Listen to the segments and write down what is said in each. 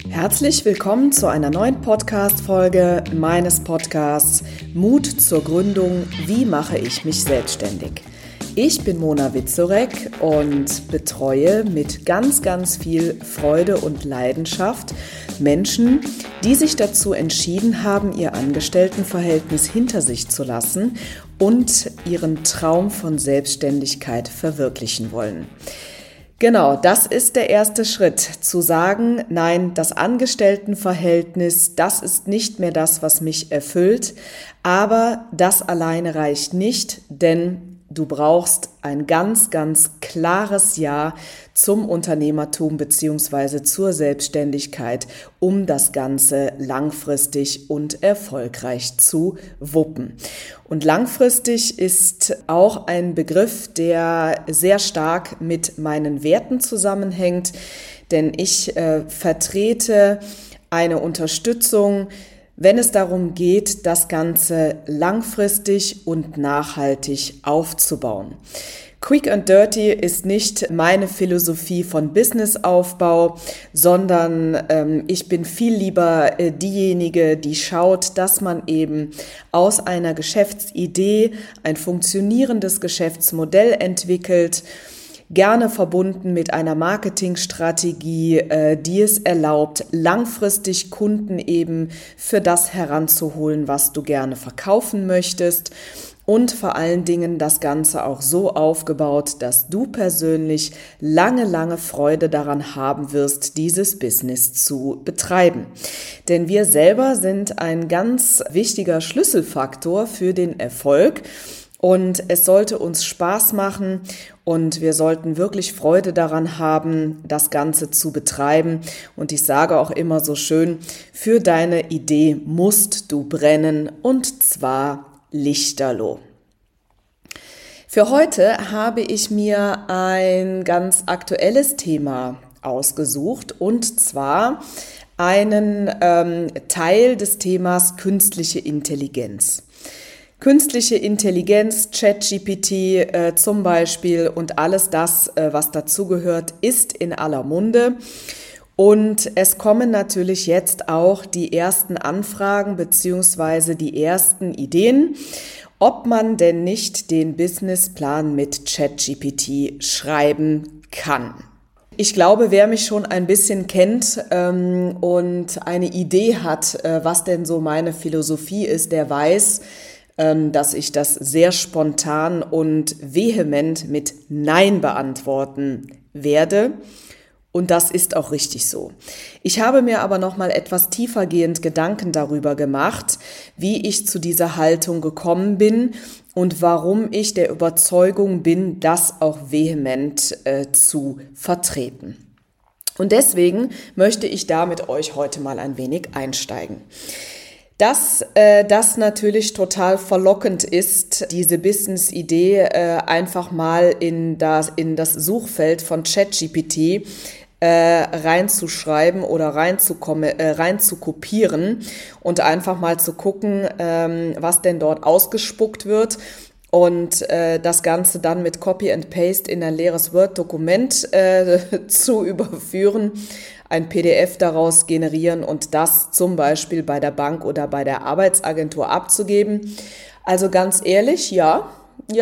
Herzlich willkommen zu einer neuen Podcast-Folge meines Podcasts Mut zur Gründung, wie mache ich mich selbstständig? Ich bin Mona Witzorek und betreue mit ganz, ganz viel Freude und Leidenschaft Menschen, die sich dazu entschieden haben, ihr Angestelltenverhältnis hinter sich zu lassen und ihren Traum von Selbstständigkeit verwirklichen wollen. Genau, das ist der erste Schritt, zu sagen, nein, das Angestelltenverhältnis, das ist nicht mehr das, was mich erfüllt, aber das alleine reicht nicht, denn du brauchst ein ganz, ganz klares Ja zum Unternehmertum bzw. zur Selbstständigkeit, um das Ganze langfristig und erfolgreich zu wuppen. Und langfristig ist auch ein Begriff, der sehr stark mit meinen Werten zusammenhängt, denn ich vertrete eine Unterstützung, wenn es darum geht, das Ganze langfristig und nachhaltig aufzubauen. Quick and Dirty ist nicht meine Philosophie von Businessaufbau, sondern ich bin viel lieber diejenige, die schaut, dass man eben aus einer Geschäftsidee ein funktionierendes Geschäftsmodell entwickelt, gerne verbunden mit einer Marketingstrategie, die es erlaubt, langfristig Kunden eben für das heranzuholen, was du gerne verkaufen möchtest. Und vor allen Dingen das Ganze auch so aufgebaut, dass du persönlich lange, lange Freude daran haben wirst, dieses Business zu betreiben. Denn wir selber sind ein ganz wichtiger Schlüsselfaktor für den Erfolg. Und es sollte uns Spaß machen und wir sollten wirklich Freude daran haben, das Ganze zu betreiben. Und ich sage auch immer so schön, für deine Idee musst du brennen und zwar lichterloh. Für heute habe ich mir ein ganz aktuelles Thema ausgesucht und zwar einen Teil des Themas künstliche Intelligenz. Künstliche Intelligenz, ChatGPT zum Beispiel und alles das, was dazugehört, ist in aller Munde. Und es kommen natürlich jetzt auch die ersten Anfragen bzw. die ersten Ideen, ob man denn nicht den Businessplan mit ChatGPT schreiben kann. Ich glaube, wer mich schon ein bisschen kennt und eine Idee hat, was denn so meine Philosophie ist, der weiß, dass ich das sehr spontan und vehement mit Nein beantworten werde. Und das ist auch richtig so. Ich habe mir aber noch mal etwas tiefergehend Gedanken darüber gemacht, wie ich zu dieser Haltung gekommen bin und warum ich der Überzeugung bin, das auch vehement zu vertreten. Und deswegen möchte ich da mit euch heute mal ein wenig einsteigen. Dass das natürlich total verlockend ist, diese Business-Idee einfach mal in das Suchfeld von ChatGPT reinzuschreiben oder reinzukopieren und einfach mal zu gucken, was denn dort ausgespuckt wird. Und das Ganze dann mit Copy and Paste in ein leeres Word-Dokument zu überführen, ein PDF daraus generieren und das zum Beispiel bei der Bank oder bei der Arbeitsagentur abzugeben. Also ganz ehrlich, ja,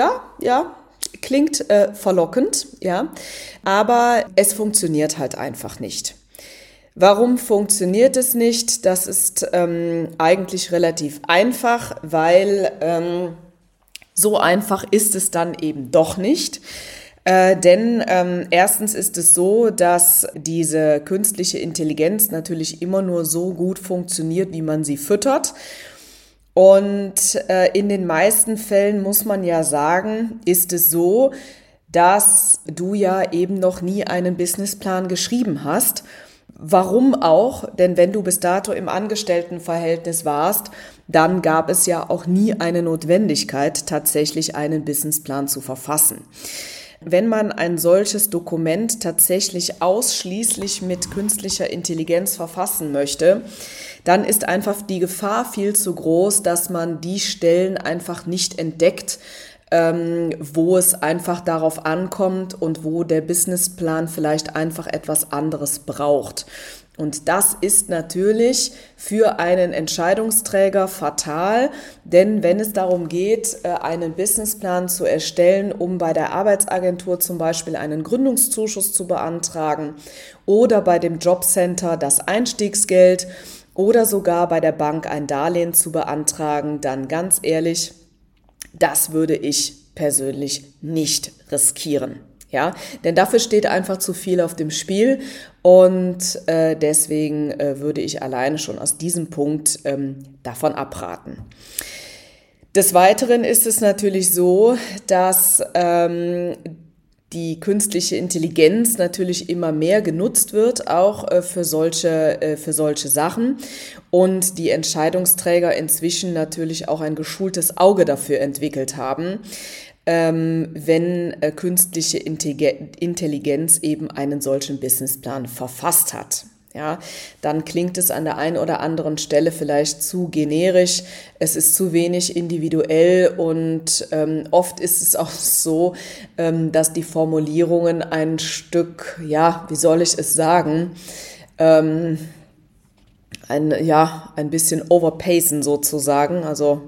klingt verlockend, ja, aber es funktioniert halt einfach nicht. Warum funktioniert es nicht? Das ist eigentlich relativ einfach, weil so einfach ist es dann eben doch nicht. Denn erstens ist es so, dass diese künstliche Intelligenz natürlich immer nur so gut funktioniert, wie man sie füttert. Und in den meisten Fällen muss man ja sagen, ist es so, dass du ja eben noch nie einen Businessplan geschrieben hast. Warum auch? Denn wenn du bis dato im Angestelltenverhältnis warst, dann gab es ja auch nie eine Notwendigkeit, tatsächlich einen Businessplan zu verfassen. Wenn man ein solches Dokument tatsächlich ausschließlich mit künstlicher Intelligenz verfassen möchte, dann ist einfach die Gefahr viel zu groß, dass man die Stellen einfach nicht entdeckt, wo es einfach darauf ankommt und wo der Businessplan vielleicht einfach etwas anderes braucht. Und das ist natürlich für einen Entscheidungsträger fatal, denn wenn es darum geht, einen Businessplan zu erstellen, um bei der Arbeitsagentur zum Beispiel einen Gründungszuschuss zu beantragen oder bei dem Jobcenter das Einstiegsgeld oder sogar bei der Bank ein Darlehen zu beantragen, dann ganz ehrlich, das würde ich persönlich nicht riskieren. Ja, denn dafür steht einfach zu viel auf dem Spiel und deswegen würde ich alleine schon aus diesem Punkt davon abraten. Des Weiteren ist es natürlich so, dass die künstliche Intelligenz natürlich immer mehr genutzt wird, auch für solche Sachen und die Entscheidungsträger inzwischen natürlich auch ein geschultes Auge dafür entwickelt haben, wenn künstliche Intelligenz eben einen solchen Businessplan verfasst hat. Ja, dann klingt es an der einen oder anderen Stelle vielleicht zu generisch, es ist zu wenig individuell und oft ist es auch so, dass die Formulierungen ein Stück, ja, wie soll ich es sagen, ein bisschen overpacen sozusagen, also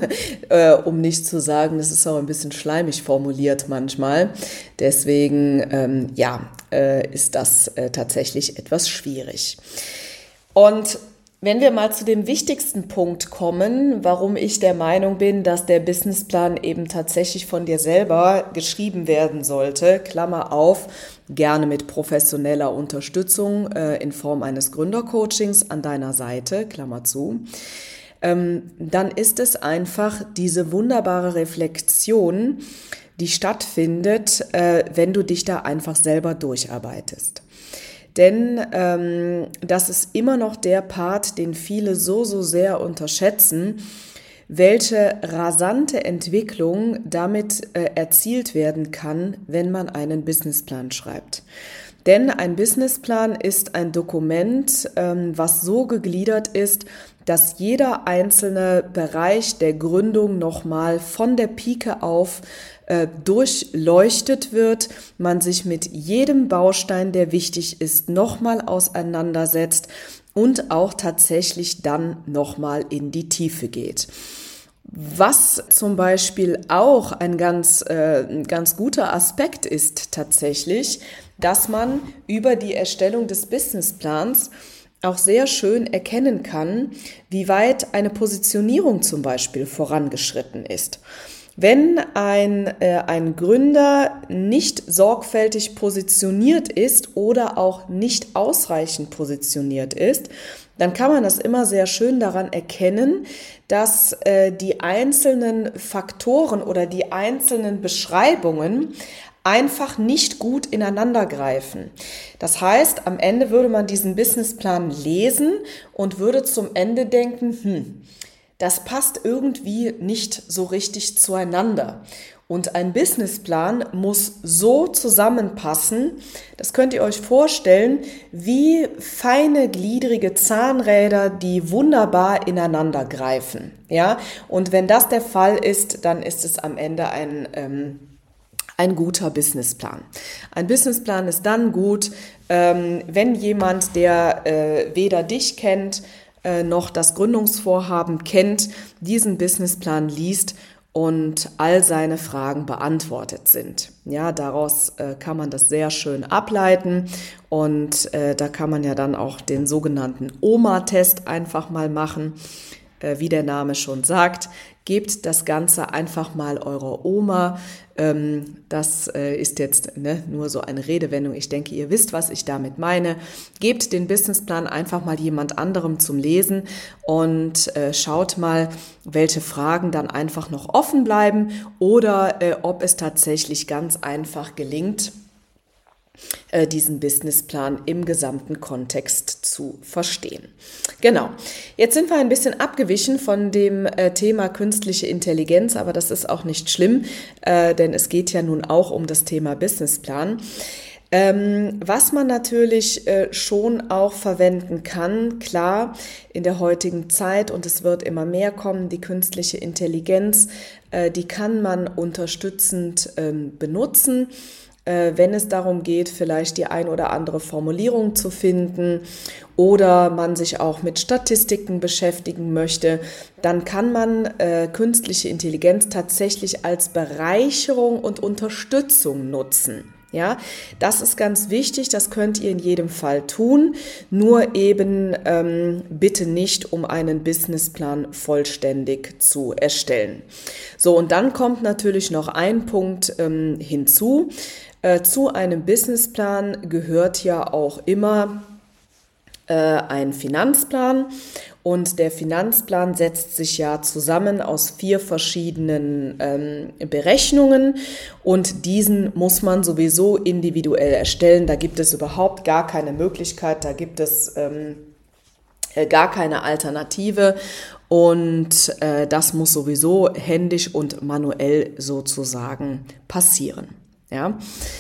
um nicht zu sagen, das ist auch ein bisschen schleimig formuliert manchmal. Deswegen ist das tatsächlich etwas schwierig. Und wenn wir mal zu dem wichtigsten Punkt kommen, warum ich der Meinung bin, dass der Businessplan eben tatsächlich von dir selber geschrieben werden sollte, Klammer auf, gerne mit professioneller Unterstützung in Form eines Gründercoachings an deiner Seite, Klammer zu, dann ist es einfach diese wunderbare Reflexion, die stattfindet, wenn du dich da einfach selber durcharbeitest. Denn das ist immer noch der Part, den viele so sehr unterschätzen, welche rasante Entwicklung damit erzielt werden kann, wenn man einen Businessplan schreibt. Denn ein Businessplan ist ein Dokument, was so gegliedert ist, dass jeder einzelne Bereich der Gründung nochmal von der Pike auf durchleuchtet wird, man sich mit jedem Baustein, der wichtig ist, nochmal auseinandersetzt und auch tatsächlich dann nochmal in die Tiefe geht. Was zum Beispiel auch ein ganz guter Aspekt ist tatsächlich, dass man über die Erstellung des Businessplans auch sehr schön erkennen kann, wie weit eine Positionierung zum Beispiel vorangeschritten ist. Wenn ein Gründer nicht sorgfältig positioniert ist oder auch nicht ausreichend positioniert ist, dann kann man das immer sehr schön daran erkennen, dass die einzelnen Faktoren oder die einzelnen Beschreibungen einfach nicht gut ineinander greifen. Das heißt, am Ende würde man diesen Businessplan lesen und würde zum Ende denken, das passt irgendwie nicht so richtig zueinander. Und ein Businessplan muss so zusammenpassen, das könnt ihr euch vorstellen, wie feine, gliedrige Zahnräder, die wunderbar ineinander greifen. Ja? Und wenn das der Fall ist, dann ist es am Ende ein guter Businessplan. Ein Businessplan ist dann gut, wenn jemand, der weder dich kennt, noch das Gründungsvorhaben kennt, diesen Businessplan liest und all seine Fragen beantwortet sind. Ja, daraus kann man das sehr schön ableiten und da kann man ja dann auch den sogenannten OMA-Test einfach mal machen. Wie der Name schon sagt, gebt das Ganze einfach mal eurer Oma. Das ist jetzt nur so eine Redewendung. Ich denke, ihr wisst, was ich damit meine. Gebt den Businessplan einfach mal jemand anderem zum Lesen und schaut mal, welche Fragen dann einfach noch offen bleiben oder ob es tatsächlich ganz einfach gelingt, diesen Businessplan im gesamten Kontext zu verstehen. Genau. Jetzt sind wir ein bisschen abgewichen von dem Thema künstliche Intelligenz, aber das ist auch nicht schlimm, denn es geht ja nun auch um das Thema Businessplan. Was man natürlich schon auch verwenden kann, klar, in der heutigen Zeit, und es wird immer mehr kommen, die künstliche Intelligenz, die kann man unterstützend benutzen. wenn es darum geht, vielleicht die ein oder andere Formulierung zu finden oder man sich auch mit Statistiken beschäftigen möchte, dann kann man künstliche Intelligenz tatsächlich als Bereicherung und Unterstützung nutzen. Ja, das ist ganz wichtig, das könnt ihr in jedem Fall tun, nur eben bitte nicht, um einen Businessplan vollständig zu erstellen. So, und dann kommt natürlich noch ein Punkt hinzu. Zu einem Businessplan gehört ja auch immer ein Finanzplan. Und der Finanzplan setzt sich ja zusammen aus 4 verschiedenen Berechnungen und diesen muss man sowieso individuell erstellen. Da gibt es überhaupt gar keine Möglichkeit, da gibt es gar keine Alternative und das muss sowieso händisch und manuell sozusagen passieren. Ja.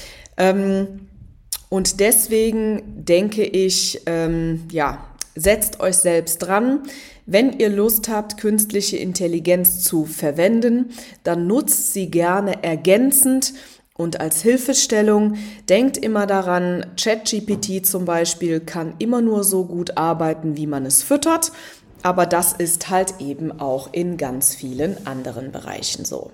Und deswegen denke ich, setzt euch selbst dran. Wenn ihr Lust habt, künstliche Intelligenz zu verwenden, dann nutzt sie gerne ergänzend und als Hilfestellung. Denkt immer daran, ChatGPT zum Beispiel kann immer nur so gut arbeiten, wie man es füttert. Aber das ist halt eben auch in ganz vielen anderen Bereichen so.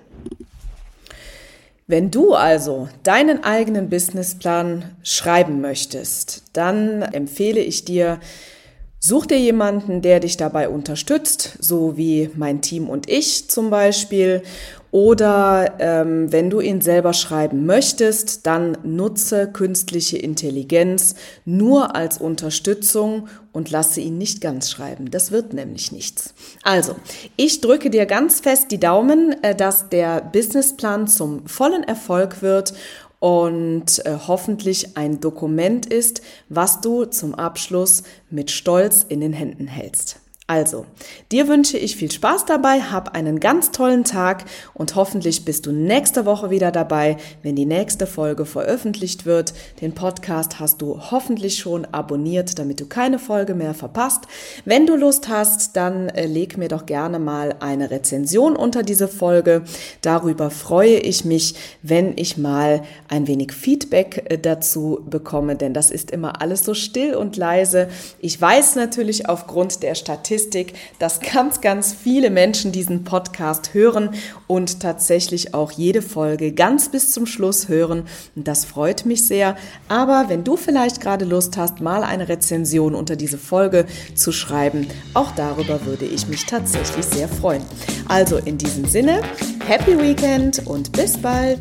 Wenn du also deinen eigenen Businessplan schreiben möchtest, dann empfehle ich dir, such dir jemanden, der dich dabei unterstützt, so wie mein Team und ich zum Beispiel. Oder wenn du ihn selber schreiben möchtest, dann nutze künstliche Intelligenz nur als Unterstützung und lasse ihn nicht ganz schreiben. Das wird nämlich nichts. Also, ich drücke dir ganz fest die Daumen, dass der Businessplan zum vollen Erfolg wird und hoffentlich ein Dokument ist, was du zum Abschluss mit Stolz in den Händen hältst. Also, dir wünsche ich viel Spaß dabei, hab einen ganz tollen Tag und hoffentlich bist du nächste Woche wieder dabei, wenn die nächste Folge veröffentlicht wird. Den Podcast hast du hoffentlich schon abonniert, damit du keine Folge mehr verpasst. Wenn du Lust hast, dann leg mir doch gerne mal eine Rezension unter diese Folge. Darüber freue ich mich, wenn ich mal ein wenig Feedback dazu bekomme, denn das ist immer alles so still und leise. Ich weiß natürlich aufgrund der Statistik, dass ganz, ganz viele Menschen diesen Podcast hören und tatsächlich auch jede Folge ganz bis zum Schluss hören. Und das freut mich sehr. Aber wenn du vielleicht gerade Lust hast, mal eine Rezension unter diese Folge zu schreiben, auch darüber würde ich mich tatsächlich sehr freuen. Also in diesem Sinne, Happy Weekend und bis bald!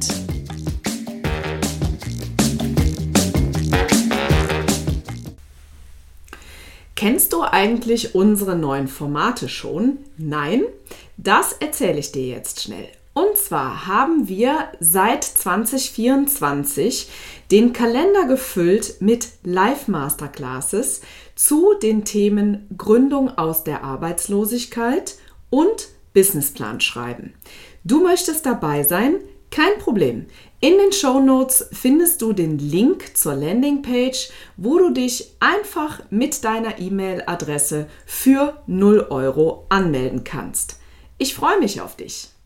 Kennst du eigentlich unsere neuen Formate schon? Nein? Das erzähle ich dir jetzt schnell. Und zwar haben wir seit 2024 den Kalender gefüllt mit Live-Masterclasses zu den Themen Gründung aus der Arbeitslosigkeit und Businessplan schreiben. Du möchtest dabei sein? Kein Problem. In den Shownotes findest du den Link zur Landingpage, wo du dich einfach mit deiner E-Mail-Adresse für 0 € anmelden kannst. Ich freue mich auf dich.